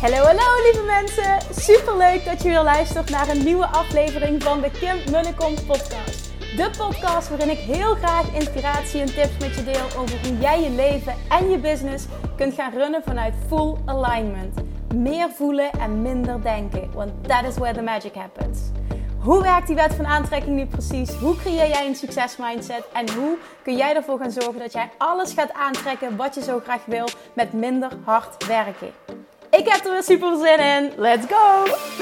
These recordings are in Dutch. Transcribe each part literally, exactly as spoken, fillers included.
Hallo, hallo lieve mensen. Superleuk dat je weer luistert naar een nieuwe aflevering van de Kim Munnekom podcast. De podcast waarin ik heel graag inspiratie en tips met je deel over hoe jij je leven en je business kunt gaan runnen vanuit full alignment. Meer voelen en minder denken, want that is where the magic happens. Hoe werkt die wet van aantrekking nu precies? Hoe creëer jij een succesmindset? En hoe kun jij ervoor gaan zorgen dat jij alles gaat aantrekken wat je zo graag wil met minder hard werken? Ik heb er weer super zin in. Let's go!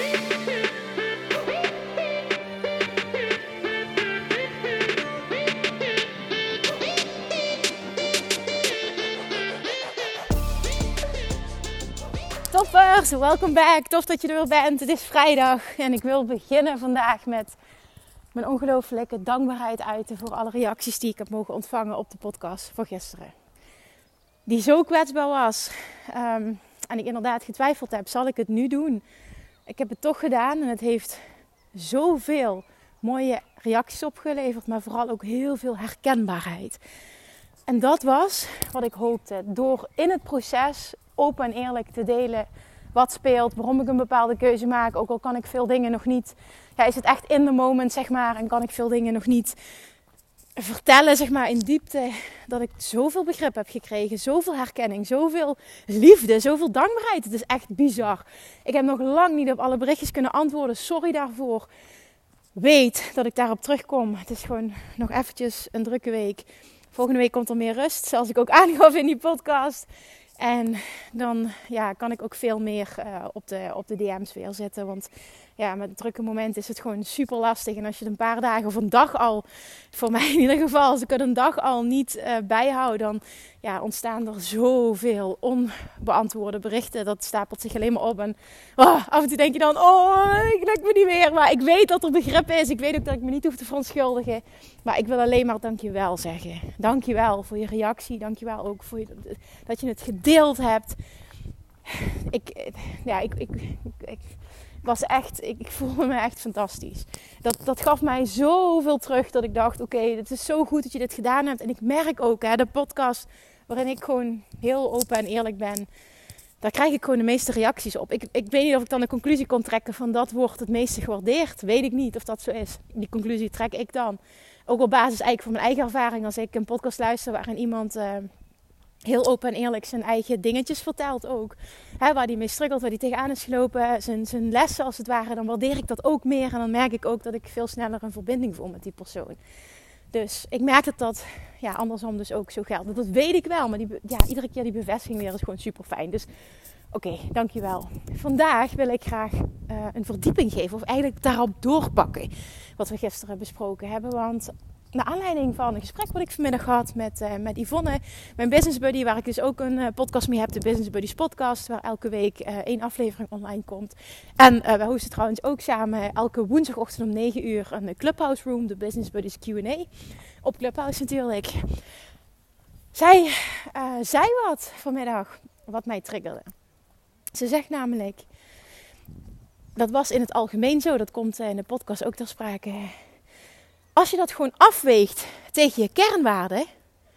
Toppers, welcome back. Tof dat je er weer bent. Het is vrijdag en ik wil beginnen vandaag met mijn ongelooflijke dankbaarheid uiten voor alle reacties die ik heb mogen ontvangen op de podcast van gisteren. Die zo kwetsbaar was. Um, en ik inderdaad getwijfeld heb, zal ik het nu doen? Ik heb het toch gedaan en het heeft zoveel mooie reacties opgeleverd, maar vooral ook heel veel herkenbaarheid. En dat was wat ik hoopte. Door in het proces open en eerlijk te delen wat speelt, waarom ik een bepaalde keuze maak. Ook al kan ik veel dingen nog niet, ja, is het echt in the moment, zeg maar, en kan ik veel dingen nog niet vertellen, zeg maar, in diepte, dat ik zoveel begrip heb gekregen, zoveel herkenning, zoveel liefde, zoveel dankbaarheid. Het is echt bizar. Ik heb nog lang niet op alle berichtjes kunnen antwoorden. Sorry daarvoor. Weet dat ik daarop terugkom. Het is gewoon nog eventjes een drukke week. Volgende week komt er meer rust, zoals ik ook aangaf in die podcast. En dan ja, kan ik ook veel meer uh, op, de, op de D M's weer zitten. Want ja, met drukke momenten is het gewoon super lastig. En als je het een paar dagen of een dag al, voor mij in ieder geval, als ik het een dag al niet uh, bijhoud, dan ja, ontstaan er zoveel onbeantwoorde berichten. Dat stapelt zich alleen maar op. En oh, af en toe denk je dan, oh, ik lukt me niet meer. Maar ik weet dat er begrip is. Ik weet ook dat ik me niet hoef te verontschuldigen. Maar ik wil alleen maar dankjewel zeggen. Dankjewel voor je reactie. Dankjewel ook voor je, dat je het gedeeld hebt. Ik, ja, ik, ik, ik, ik was echt, ik, ik voelde me echt fantastisch. Dat, dat gaf mij zoveel terug dat ik dacht, oké, okay, het is zo goed dat je dit gedaan hebt. En ik merk ook, hè, de podcast waarin ik gewoon heel open en eerlijk ben, daar krijg ik gewoon de meeste reacties op. Ik, ik weet niet of ik dan de conclusie kon trekken van dat wordt het meeste gewaardeerd. Weet ik niet of dat zo is. Die conclusie trek ik dan. Ook op basis eigenlijk van mijn eigen ervaring. Als ik een podcast luister waarin iemand Uh, heel open en eerlijk zijn eigen dingetjes vertelt ook. He, waar hij mee struggelt, waar hij tegenaan is gelopen. Zijn, zijn lessen als het ware. Dan waardeer ik dat ook meer. En dan merk ik ook dat ik veel sneller een verbinding voel met die persoon. Dus ik merk dat dat ja, andersom dus ook zo geldt. Dat weet ik wel. Maar die, ja, iedere keer die bevestiging weer is gewoon super fijn. Dus oké, okay, dankjewel. Vandaag wil ik graag uh, een verdieping geven. Of eigenlijk daarop doorpakken. Wat we gisteren besproken hebben. Want naar aanleiding van een gesprek wat ik vanmiddag had met, uh, met Yvonne, mijn business buddy, waar ik dus ook een uh, podcast mee heb, de Business Buddies podcast, waar elke week uh, één aflevering online komt. En uh, wij hosten trouwens ook samen elke woensdagochtend om negen uur een Clubhouse Room, de Business Buddies Q en A, op Clubhouse natuurlijk. Zij uh, zei wat vanmiddag, wat mij triggerde. Ze zegt namelijk, dat was in het algemeen zo, dat komt uh, in de podcast ook ter sprake. Als je dat gewoon afweegt tegen je kernwaarden,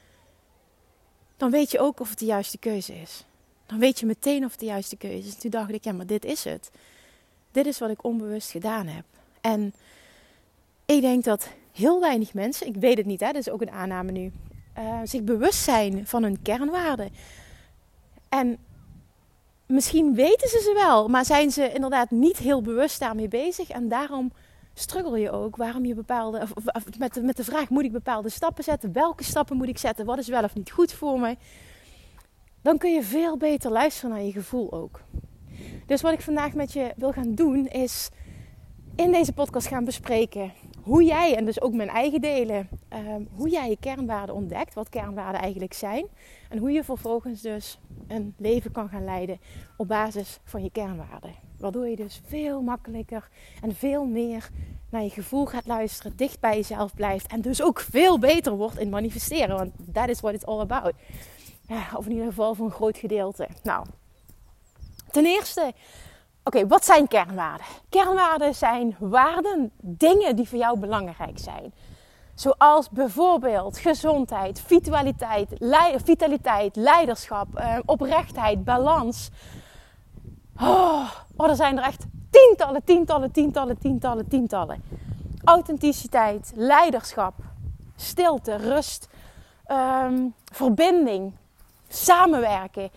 dan weet je ook of het de juiste keuze is. Dan weet je meteen of het de juiste keuze is. En toen dacht ik, ja, maar dit is het. Dit is wat ik onbewust gedaan heb. En ik denk dat heel weinig mensen, ik weet het niet, hè, dat is ook een aanname nu, uh, zich bewust zijn van hun kernwaarden. En misschien weten ze ze wel, maar zijn ze inderdaad niet heel bewust daarmee bezig. En daarom struggle je ook waarom je bepaalde, of, of met, de, met de vraag, moet ik bepaalde stappen zetten? Welke stappen moet ik zetten? Wat is wel of niet goed voor me? Dan kun je veel beter luisteren naar je gevoel ook. Dus wat ik vandaag met je wil gaan doen, is in deze podcast gaan bespreken hoe jij, en dus ook mijn eigen delen, um, hoe jij je kernwaarden ontdekt, wat kernwaarden eigenlijk zijn. En hoe je vervolgens dus een leven kan gaan leiden op basis van je kernwaarden. Waardoor je dus veel makkelijker en veel meer naar je gevoel gaat luisteren, dicht bij jezelf blijft en dus ook veel beter wordt in manifesteren. Want that is what it's all about. Ja, of in ieder geval voor een groot gedeelte. Nou, ten eerste, oké, okay, wat zijn kernwaarden? Kernwaarden zijn waarden, dingen die voor jou belangrijk zijn. Zoals bijvoorbeeld gezondheid, vitaliteit, le- vitaliteit leiderschap, uh, oprechtheid, balans. Oh, oh, er zijn er echt tientallen, tientallen, tientallen, tientallen, tientallen. Authenticiteit, leiderschap, stilte, rust, um, verbinding, samenwerken.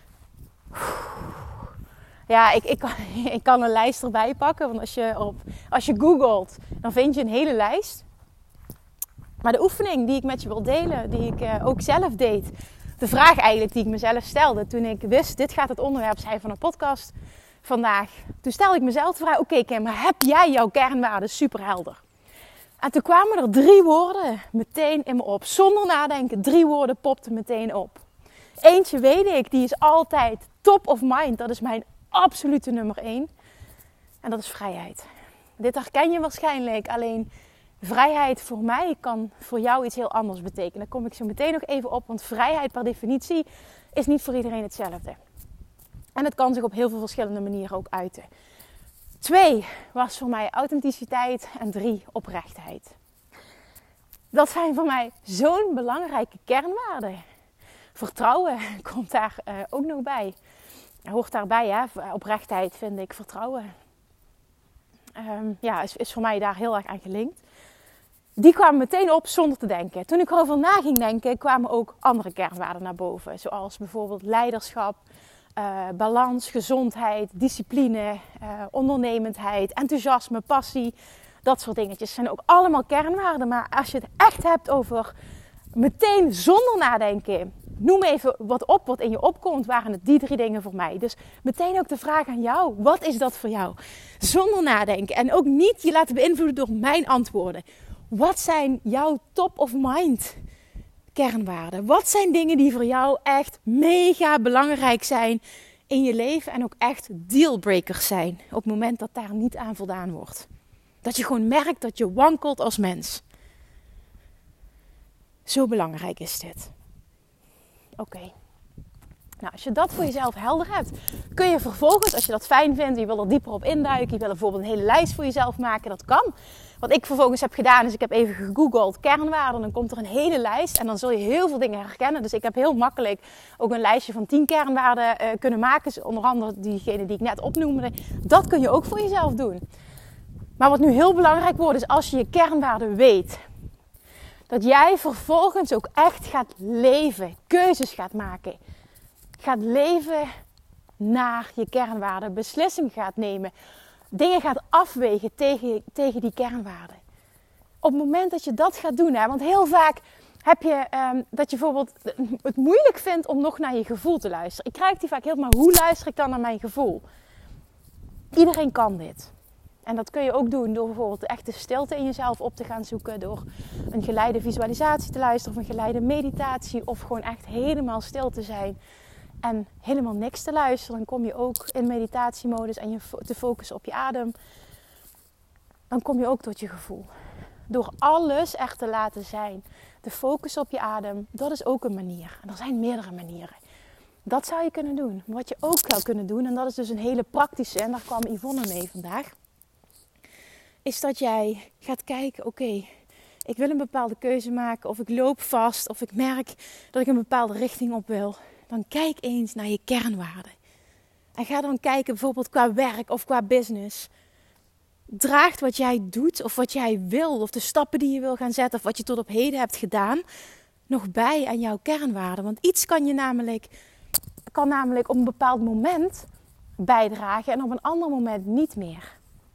Ja, ik, ik, kan, ik kan een lijst erbij pakken. Want als je, op, als je googelt, dan vind je een hele lijst. Maar de oefening die ik met je wil delen, die ik uh, ook zelf deed. De vraag eigenlijk die ik mezelf stelde toen ik wist, dit gaat het onderwerp zijn van een podcast vandaag. Toen stelde ik mezelf de vraag, oké okay, Kim, maar heb jij jouw kernwaarden super helder? En toen kwamen er drie woorden meteen in me op. Zonder nadenken, drie woorden popten meteen op. Eentje weet ik, die is altijd top of mind. Dat is mijn absolute nummer één. En dat is vrijheid. Dit herken je waarschijnlijk. Alleen vrijheid voor mij kan voor jou iets heel anders betekenen. Daar kom ik zo meteen nog even op. Want vrijheid per definitie is niet voor iedereen hetzelfde. En het kan zich op heel veel verschillende manieren ook uiten. Twee was voor mij authenticiteit en drie oprechtheid. Dat zijn voor mij zo'n belangrijke kernwaarden. Vertrouwen komt daar uh, ook nog bij. Hoort daarbij, hè? Oprechtheid vind ik vertrouwen. Um, ja, is, is voor mij daar heel erg aan gelinkt. Die kwamen meteen op zonder te denken. Toen ik erover na ging denken, kwamen ook andere kernwaarden naar boven. Zoals bijvoorbeeld leiderschap, uh, balans, gezondheid, discipline, uh, ondernemendheid, enthousiasme, passie. Dat soort dingetjes zijn ook allemaal kernwaarden. Maar als je het echt hebt over meteen zonder nadenken, noem even wat op wat in je opkomt, waren het die drie dingen voor mij. Dus meteen ook de vraag aan jou, wat is dat voor jou? Zonder nadenken en ook niet je laten beïnvloeden door mijn antwoorden. Wat zijn jouw top of mind kernwaarden? Wat zijn dingen die voor jou echt mega belangrijk zijn in je leven en ook echt dealbreakers zijn op het moment dat daar niet aan voldaan wordt? Dat je gewoon merkt dat je wankelt als mens. Zo belangrijk is dit. Oké. Okay. Nou, als je dat voor jezelf helder hebt, kun je vervolgens, als je dat fijn vindt, je wil er dieper op induiken, je wil bijvoorbeeld een hele lijst voor jezelf maken, dat kan. Wat ik vervolgens heb gedaan, is ik heb even gegoogeld kernwaarden, dan komt er een hele lijst en dan zul je heel veel dingen herkennen. Dus ik heb heel makkelijk ook een lijstje van tien kernwaarden uh, kunnen maken, onder andere diegene die ik net opnoemde. Dat kun je ook voor jezelf doen. Maar wat nu heel belangrijk wordt, is als je je kernwaarden weet, dat jij vervolgens ook echt gaat leven, keuzes gaat maken. Gaat leven naar je kernwaarden, beslissingen gaat nemen. Dingen gaat afwegen tegen, tegen die kernwaarden. Op het moment dat je dat gaat doen, hè, want heel vaak heb je um, dat je bijvoorbeeld het moeilijk vindt om nog naar je gevoel te luisteren. Ik krijg die vaak heel, maar hoe luister ik dan naar mijn gevoel? Iedereen kan dit. En dat kun je ook doen door bijvoorbeeld de echte stilte in jezelf op te gaan zoeken. Door een geleide visualisatie te luisteren of een geleide meditatie. Of gewoon echt helemaal stil te zijn en helemaal niks te luisteren. Dan kom je ook in meditatiemodus en je te focussen op je adem. Dan kom je ook tot je gevoel. Door alles echt te laten zijn. Te focussen op je adem, dat is ook een manier. En er zijn meerdere manieren. Dat zou je kunnen doen. Wat je ook zou kunnen doen, en dat is dus een hele praktische, en daar kwam Yvonne mee vandaag, is dat jij gaat kijken, oké, okay, ik wil een bepaalde keuze maken, of ik loop vast, of ik merk dat ik een bepaalde richting op wil. Dan kijk eens naar je kernwaarden. En ga dan kijken bijvoorbeeld qua werk of qua business. Draagt wat jij doet of wat jij wil, of de stappen die je wil gaan zetten, of wat je tot op heden hebt gedaan, nog bij aan jouw kernwaarden. Want iets kan je namelijk, kan namelijk op een bepaald moment bijdragen en op een ander moment niet meer.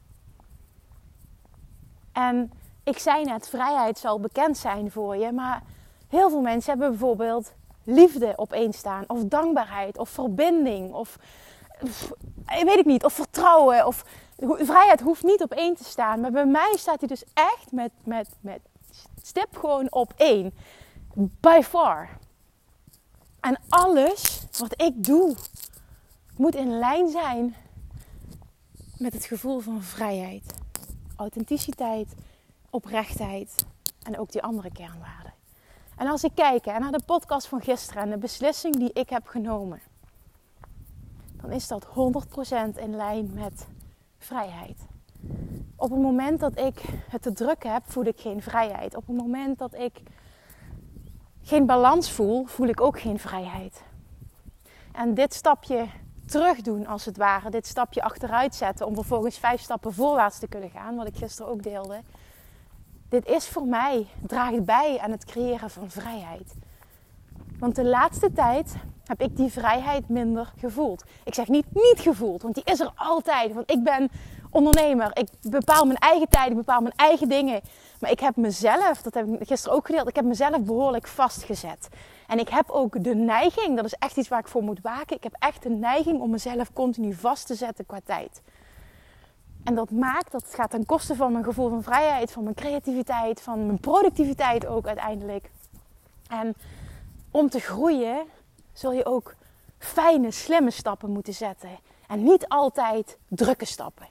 En ik zei net, vrijheid zal bekend zijn voor je, maar heel veel mensen hebben bijvoorbeeld liefde op één staan, of dankbaarheid, of verbinding, of, of weet ik niet, of vertrouwen, of vrijheid hoeft niet op één te staan. Maar bij mij staat hij dus echt met, met, met stip gewoon op één. By far. En alles wat ik doe, moet in lijn zijn met het gevoel van vrijheid. Authenticiteit, oprechtheid en ook die andere kernwaarden. En als ik kijk hè, naar de podcast van gisteren en de beslissing die ik heb genomen, dan is dat honderd procent in lijn met vrijheid. Op het moment dat ik het te druk heb, voel ik geen vrijheid. Op het moment dat ik geen balans voel, voel ik ook geen vrijheid. En dit stapje terug doen als het ware. Dit stapje achteruit zetten om vervolgens vijf stappen voorwaarts te kunnen gaan. Wat ik gisteren ook deelde. Dit is voor mij, draagt bij aan het creëren van vrijheid. Want de laatste tijd heb ik die vrijheid minder gevoeld. Ik zeg niet niet gevoeld, want die is er altijd. Want ik ben ondernemer. Ik bepaal mijn eigen tijd, ik bepaal mijn eigen dingen. Maar ik heb mezelf, dat heb ik gisteren ook gedeeld, ik heb mezelf behoorlijk vastgezet. En ik heb ook de neiging, dat is echt iets waar ik voor moet waken. Ik heb echt de neiging om mezelf continu vast te zetten qua tijd. En dat maakt, dat gaat ten koste van mijn gevoel van vrijheid, van mijn creativiteit, van mijn productiviteit ook uiteindelijk. En om te groeien zul je ook fijne, slimme stappen moeten zetten. En niet altijd drukke stappen.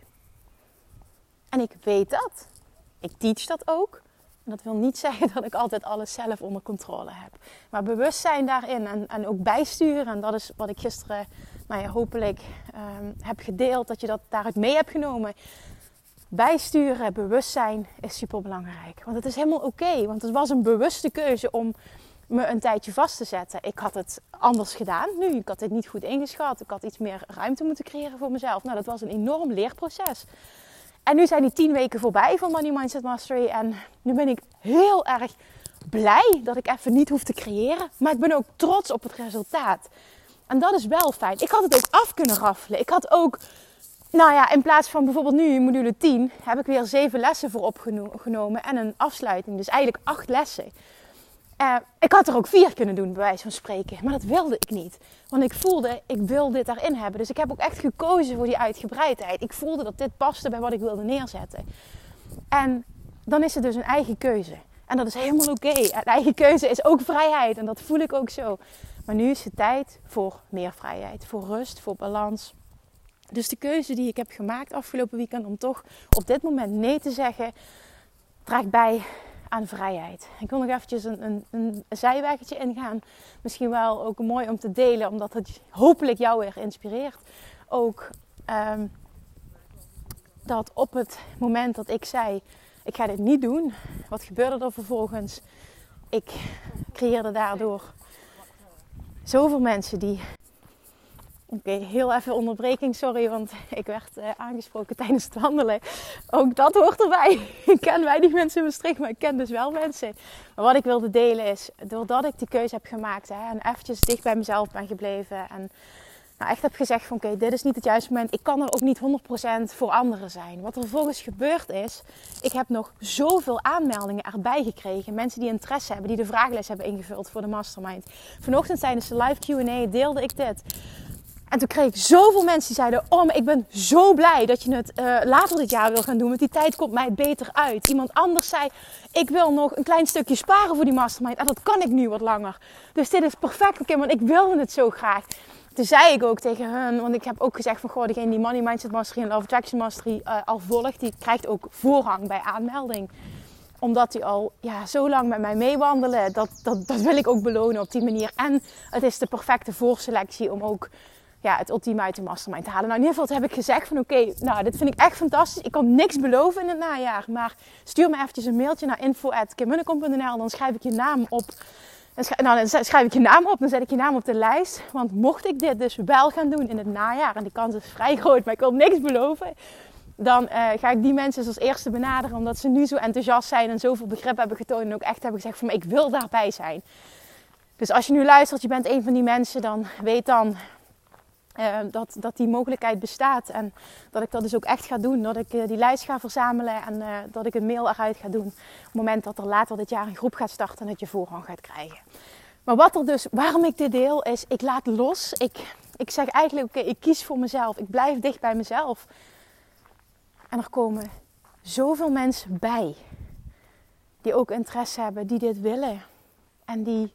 En ik weet dat. Ik teach dat ook. En dat wil niet zeggen dat ik altijd alles zelf onder controle heb. Maar bewustzijn daarin en, en ook bijsturen. En dat is wat ik gisteren nou ja, hopelijk um, heb gedeeld. Dat je dat daaruit mee hebt genomen. Bijsturen, bewustzijn is super belangrijk. Want het is helemaal oké. Okay, want het was een bewuste keuze om me een tijdje vast te zetten. Ik had het anders gedaan nu. Ik had dit niet goed ingeschat. Ik had iets meer ruimte moeten creëren voor mezelf. Nou, dat was een enorm leerproces. En nu zijn die tien weken voorbij van Money Mindset Mastery. En nu ben ik heel erg blij dat ik even niet hoef te creëren. Maar ik ben ook trots op het resultaat. En dat is wel fijn. Ik had het ook af kunnen raffelen. Ik had ook, nou ja, in plaats van bijvoorbeeld nu in module tien... heb ik weer zeven lessen voor opgenomen en een afsluiting. Dus eigenlijk acht lessen. Uh, ik had er ook vier kunnen doen, bij wijze van spreken. Maar dat wilde ik niet. Want ik voelde, ik wil dit daarin hebben. Dus ik heb ook echt gekozen voor die uitgebreidheid. Ik voelde dat dit paste bij wat ik wilde neerzetten. En dan is het dus een eigen keuze. En dat is helemaal oké. Okay. Een eigen keuze is ook vrijheid. En dat voel ik ook zo. Maar nu is het tijd voor meer vrijheid. Voor rust, voor balans. Dus de keuze die ik heb gemaakt afgelopen weekend... om toch op dit moment nee te zeggen... draagt bij aan vrijheid. Ik wil nog eventjes een, een, een zijweggetje ingaan. Misschien wel ook mooi om te delen. Omdat het hopelijk jou weer inspireert. Ook um, dat op het moment dat ik zei... ik ga dit niet doen. Wat gebeurde er vervolgens? Ik creëerde daardoor zoveel mensen die... Oké, okay, heel even onderbreking, sorry, want ik werd uh, aangesproken tijdens het wandelen. Ook dat hoort erbij. Ik ken weinig mensen in Maastricht, maar ik ken dus wel mensen. Maar wat ik wilde delen is, doordat ik die keuze heb gemaakt hè, en eventjes dicht bij mezelf ben gebleven en nou, echt heb gezegd van oké, okay, dit is niet het juiste moment. Ik kan er ook niet honderd procent voor anderen zijn. Wat er vervolgens gebeurd is, ik heb nog zoveel aanmeldingen erbij gekregen. Mensen die interesse hebben, die de vragenlijst hebben ingevuld voor de mastermind. Vanochtend tijdens de live Q en A deelde ik dit. En toen kreeg ik zoveel mensen die zeiden... oh, maar ik ben zo blij dat je het uh, later dit jaar wil gaan doen. Want die tijd komt mij beter uit. Iemand anders zei... ik wil nog een klein stukje sparen voor die mastermind. En dat kan ik nu wat langer. Dus dit is perfect, oké, want ik wilde het zo graag. Toen zei ik ook tegen hun... want ik heb ook gezegd van... goh, degene die Money Mindset Mastery en Love Attraction Mastery uh, al volgt... die krijgt ook voorrang bij aanmelding. Omdat die al ja, zo lang met mij meewandelen. Dat, dat, dat wil ik ook belonen op die manier. En het is de perfecte voorselectie om ook... ja, het ultieme uit de mastermind te halen. Nou, in ieder geval heb ik gezegd van oké, okay, nou, dit vind ik echt fantastisch. Ik kan niks beloven in het najaar. Maar stuur me eventjes een mailtje naar info at kim munnekom punt n l. Dan schrijf ik je naam op. Dan schrijf, nou, dan schrijf ik je naam op. Dan zet ik je naam op de lijst. Want mocht ik dit dus wel gaan doen in het najaar. En die kans is vrij groot, maar ik wil niks beloven. Dan uh, ga ik die mensen als eerste benaderen. Omdat ze nu zo enthousiast zijn en zoveel begrip hebben getoond. En ook echt hebben gezegd van ik wil daarbij zijn. Dus als je nu luistert, je bent een van die mensen. Dan weet dan... Uh, dat, dat die mogelijkheid bestaat en dat ik dat dus ook echt ga doen. Dat ik uh, die lijst ga verzamelen en uh, dat ik een mail eruit ga doen. Op het moment dat er later dit jaar een groep gaat starten en dat je voorrang gaat krijgen. Maar wat er dus, waarom ik dit deel is, ik laat los. Ik, ik zeg eigenlijk, oké, okay, ik kies voor mezelf. Ik blijf dicht bij mezelf. En er komen zoveel mensen bij. Die ook interesse hebben, die dit willen. En die...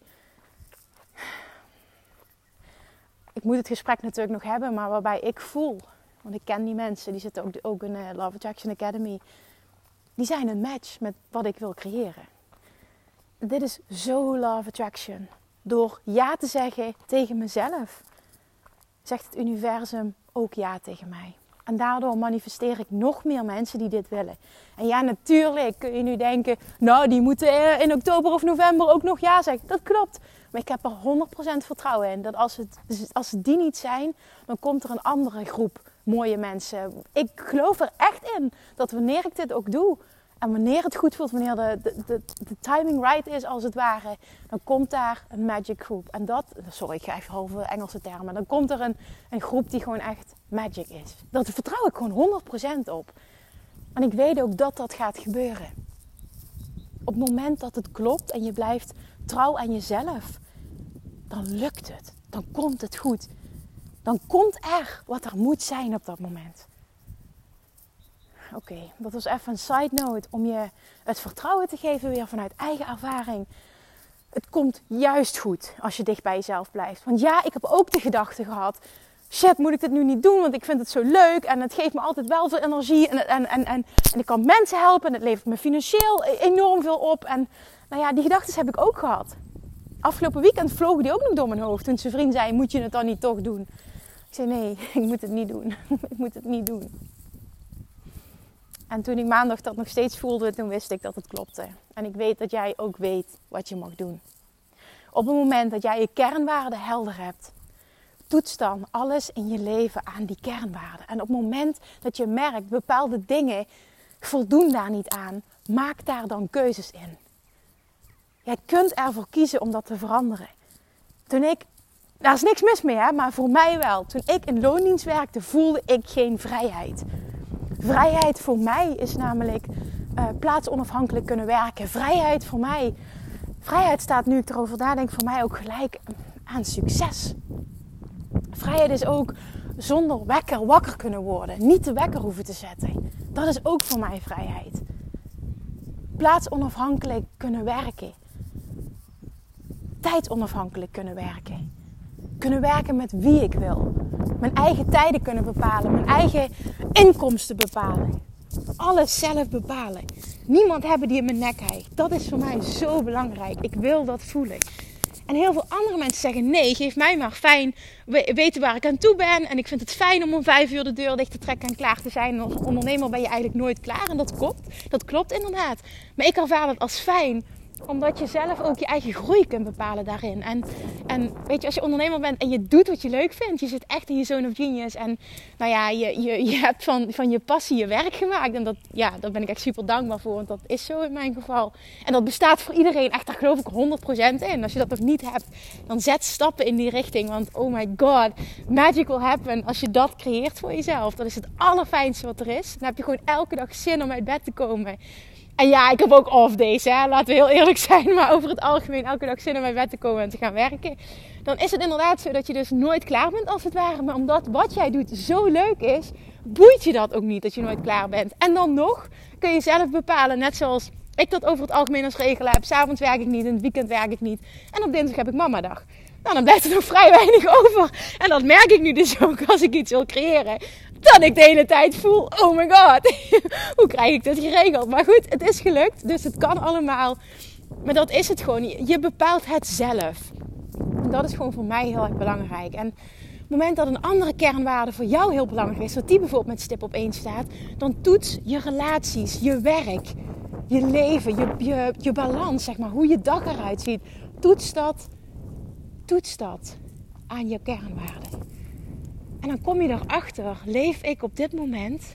Ik moet het gesprek natuurlijk nog hebben, maar waarbij ik voel, want ik ken die mensen, die zitten ook, ook in de Love Attraction Academy, die zijn een match met wat ik wil creëren. Dit is zo Love Attraction. Door ja te zeggen tegen mezelf, zegt het universum ook ja tegen mij. En daardoor manifesteer ik nog meer mensen die dit willen. En ja, natuurlijk kun je nu denken, nou die moeten in oktober of november ook nog ja zeggen. Dat klopt. Maar ik heb er honderd procent vertrouwen in. Dat als, het, als het die niet zijn, dan komt er een andere groep mooie mensen. Ik geloof er echt in dat wanneer ik dit ook doe. En wanneer het goed voelt, wanneer de, de, de, de timing right is als het ware. Dan komt daar een magic groep. En dat, sorry ik ga even halve Engelse termen. Dan komt er een, een groep die gewoon echt magic is. Daar vertrouw ik gewoon honderd procent op. En ik weet ook dat dat gaat gebeuren. Op het moment dat het klopt en je blijft trouw aan jezelf, dan lukt het. Dan komt het goed. Dan komt er wat er moet zijn op dat moment. Oké, okay, dat was even een side note om je het vertrouwen te geven weer vanuit eigen ervaring. Het komt juist goed als je dicht bij jezelf blijft. Want ja, ik heb ook de gedachte gehad, shit, moet ik dit nu niet doen? Want ik vind het zo leuk en het geeft me altijd wel veel energie. En, en, en, en, en ik kan mensen helpen en het levert me financieel enorm veel op. En nou ja, die gedachten heb ik ook gehad. Afgelopen weekend vlogen die ook nog door mijn hoofd. Toen zijn vriend zei, moet je het dan niet toch doen? Ik zei, nee, ik moet het niet doen. ik moet het niet doen. En toen ik maandag dat nog steeds voelde, toen wist ik dat het klopte. En ik weet dat jij ook weet wat je mag doen. Op het moment dat jij je kernwaarden helder hebt, toets dan alles in je leven aan die kernwaarden. En op het moment dat je merkt, bepaalde dingen voldoen daar niet aan, maak daar dan keuzes in. Jij kunt ervoor kiezen om dat te veranderen. Toen ik, daar is niks mis mee, hè, maar voor mij wel. Toen ik in loondienst werkte, voelde ik geen vrijheid. Vrijheid voor mij is namelijk uh, plaatsonafhankelijk kunnen werken. Vrijheid voor mij, vrijheid staat nu ik erover nadenk voor mij ook gelijk aan succes. Vrijheid is ook zonder wekker wakker kunnen worden. Niet de wekker hoeven te zetten. Dat is ook voor mij vrijheid. Plaatsonafhankelijk kunnen werken. Tijdonafhankelijk kunnen werken. Kunnen werken met wie ik wil. Mijn eigen tijden kunnen bepalen. Mijn eigen inkomsten bepalen. Alles zelf bepalen. Niemand hebben die in mijn nek hijgt. Dat is voor mij zo belangrijk. Ik wil dat voelen. En heel veel andere mensen zeggen, nee, geef mij maar fijn weten waar ik aan toe ben. En ik vind het fijn om om vijf uur de deur dicht te trekken en klaar te zijn. En als ondernemer ben je eigenlijk nooit klaar. En dat klopt. Dat klopt inderdaad. Maar ik ervaar dat als fijn. Omdat je zelf ook je eigen groei kunt bepalen daarin. En, en weet je, als je ondernemer bent en je doet wat je leuk vindt. Je zit echt in je zone of genius. En nou ja, je, je, je hebt van, van je passie je werk gemaakt. En dat, ja, daar ben ik echt super dankbaar voor. Want dat is zo in mijn geval. En dat bestaat voor iedereen. Echt, daar geloof ik honderd procent in. Als je dat nog niet hebt, dan zet stappen in die richting. Want oh my god, magic will happen als je dat creëert voor jezelf. Dat is het allerfijnste wat er is. Dan heb je gewoon elke dag zin om uit bed te komen. En ja, ik heb ook off days, hè. Laten we heel eerlijk zijn. Maar over het algemeen elke dag zin om uit bed te komen en te gaan werken. Dan is het inderdaad zo dat je dus nooit klaar bent als het ware. Maar omdat wat jij doet zo leuk is, boeit je dat ook niet dat je nooit klaar bent. En dan nog kun je zelf bepalen, net zoals ik dat over het algemeen als regel heb. 's Avonds werk ik niet, in het weekend werk ik niet. En op dinsdag heb ik mamadag. Nou, dan blijft er nog vrij weinig over. En dat merk ik nu dus ook als ik iets wil creëren. Dat ik de hele tijd voel, oh my god, hoe krijg ik dit geregeld? Maar goed, het is gelukt, dus het kan allemaal. Maar dat is het gewoon, je bepaalt het zelf. En dat is gewoon voor mij heel erg belangrijk. En op het moment dat een andere kernwaarde voor jou heel belangrijk is, dat die bijvoorbeeld met stip op één staat, dan toets je relaties, je werk, je leven, je, je, je balans, zeg maar, hoe je dag eruit ziet. Toets dat, toets dat aan je kernwaarden. En dan kom je erachter, leef ik op dit moment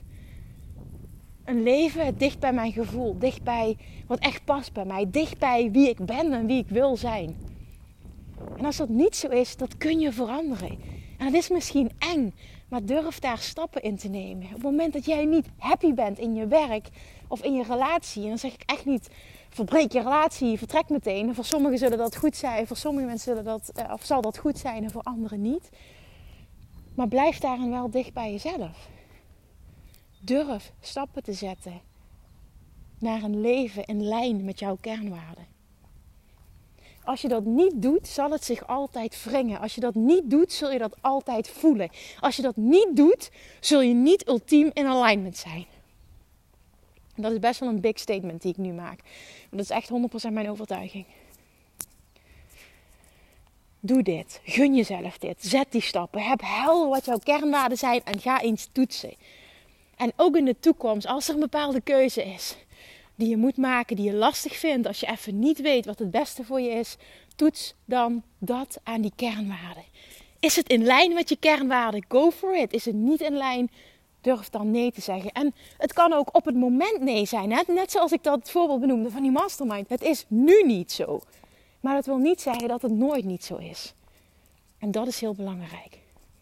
een leven dicht bij mijn gevoel, dicht bij wat echt past bij mij, dicht bij wie ik ben en wie ik wil zijn. En als dat niet zo is, dat kun je veranderen. En dat is misschien eng, maar durf daar stappen in te nemen. Op het moment dat jij niet happy bent in je werk of in je relatie, en dan zeg ik echt niet, verbreek je relatie, vertrek meteen. Voor sommigen zullen dat goed zijn, voor sommige mensen zullen dat, of zal dat goed zijn en voor anderen niet. Maar blijf daarin wel dicht bij jezelf. Durf stappen te zetten naar een leven in lijn met jouw kernwaarden. Als je dat niet doet, zal het zich altijd wringen. Als je dat niet doet, zul je dat altijd voelen. Als je dat niet doet, zul je niet ultiem in alignment zijn. En dat is best wel een big statement die ik nu maak. Maar dat is echt honderd procent mijn overtuiging. Doe dit. Gun jezelf dit. Zet die stappen. Heb helder wat jouw kernwaarden zijn en ga eens toetsen. En ook in de toekomst, als er een bepaalde keuze is, die je moet maken, die je lastig vindt, als je even niet weet wat het beste voor je is, toets dan dat aan die kernwaarden. Is het in lijn met je kernwaarden? Go for it. Is het niet in lijn? Durf dan nee te zeggen. En het kan ook op het moment nee zijn. Hè? Net zoals ik dat voorbeeld benoemde van die mastermind. Het is nu niet zo. Maar dat wil niet zeggen dat het nooit niet zo is. En dat is heel belangrijk.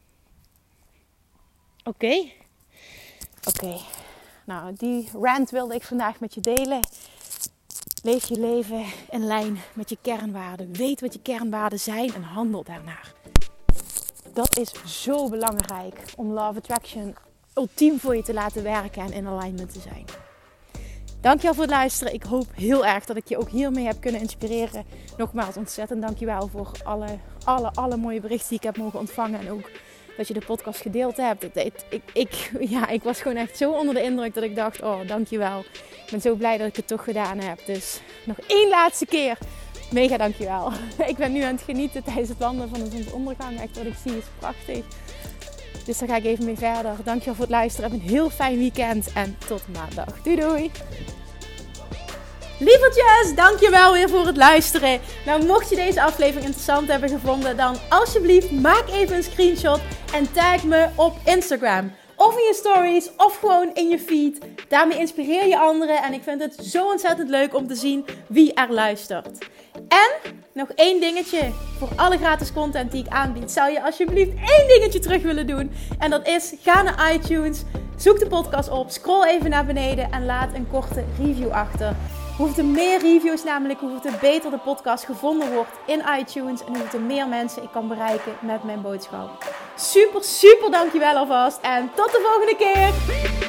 Oké? Okay? Oké. Okay. Nou, die rant wilde ik vandaag met je delen. Leef je leven in lijn met je kernwaarden. Weet wat je kernwaarden zijn en handel daarnaar. Dat is zo belangrijk om Law of Attraction ultiem voor je te laten werken en in alignment te zijn. Dankjewel voor het luisteren. Ik hoop heel erg dat ik je ook hiermee heb kunnen inspireren. Nogmaals, ontzettend dankjewel voor alle, alle, alle mooie berichten die ik heb mogen ontvangen. En ook dat je de podcast gedeeld hebt. Ik, ik, ik, ja, ik was gewoon echt zo onder de indruk dat ik dacht, oh dankjewel. Ik ben zo blij dat ik het toch gedaan heb. Dus nog één laatste keer. Mega dankjewel. Ik ben nu aan het genieten tijdens het wandelen van de zonsondergang. Echt wat ik zie is prachtig. Dus daar ga ik even mee verder. Dankjewel voor het luisteren. Heb een heel fijn weekend. En tot maandag. Doei doei. Lievertjes, dankjewel weer voor het luisteren. Nou, mocht je deze aflevering interessant hebben gevonden, dan alsjeblieft maak even een screenshot en tag me op Instagram. Of in je stories, of gewoon in je feed. Daarmee inspireer je anderen en ik vind het zo ontzettend leuk om te zien wie er luistert. En nog één dingetje voor alle gratis content die ik aanbied. Zou je alsjeblieft één dingetje terug willen doen. En dat is, ga naar iTunes, zoek de podcast op, scroll even naar beneden en laat een korte review achter. Hoeveel te meer reviews namelijk, hoeveel te beter de podcast gevonden wordt in iTunes. En hoeveel te meer mensen ik kan bereiken met mijn boodschap. Super, super dankjewel alvast. En tot de volgende keer.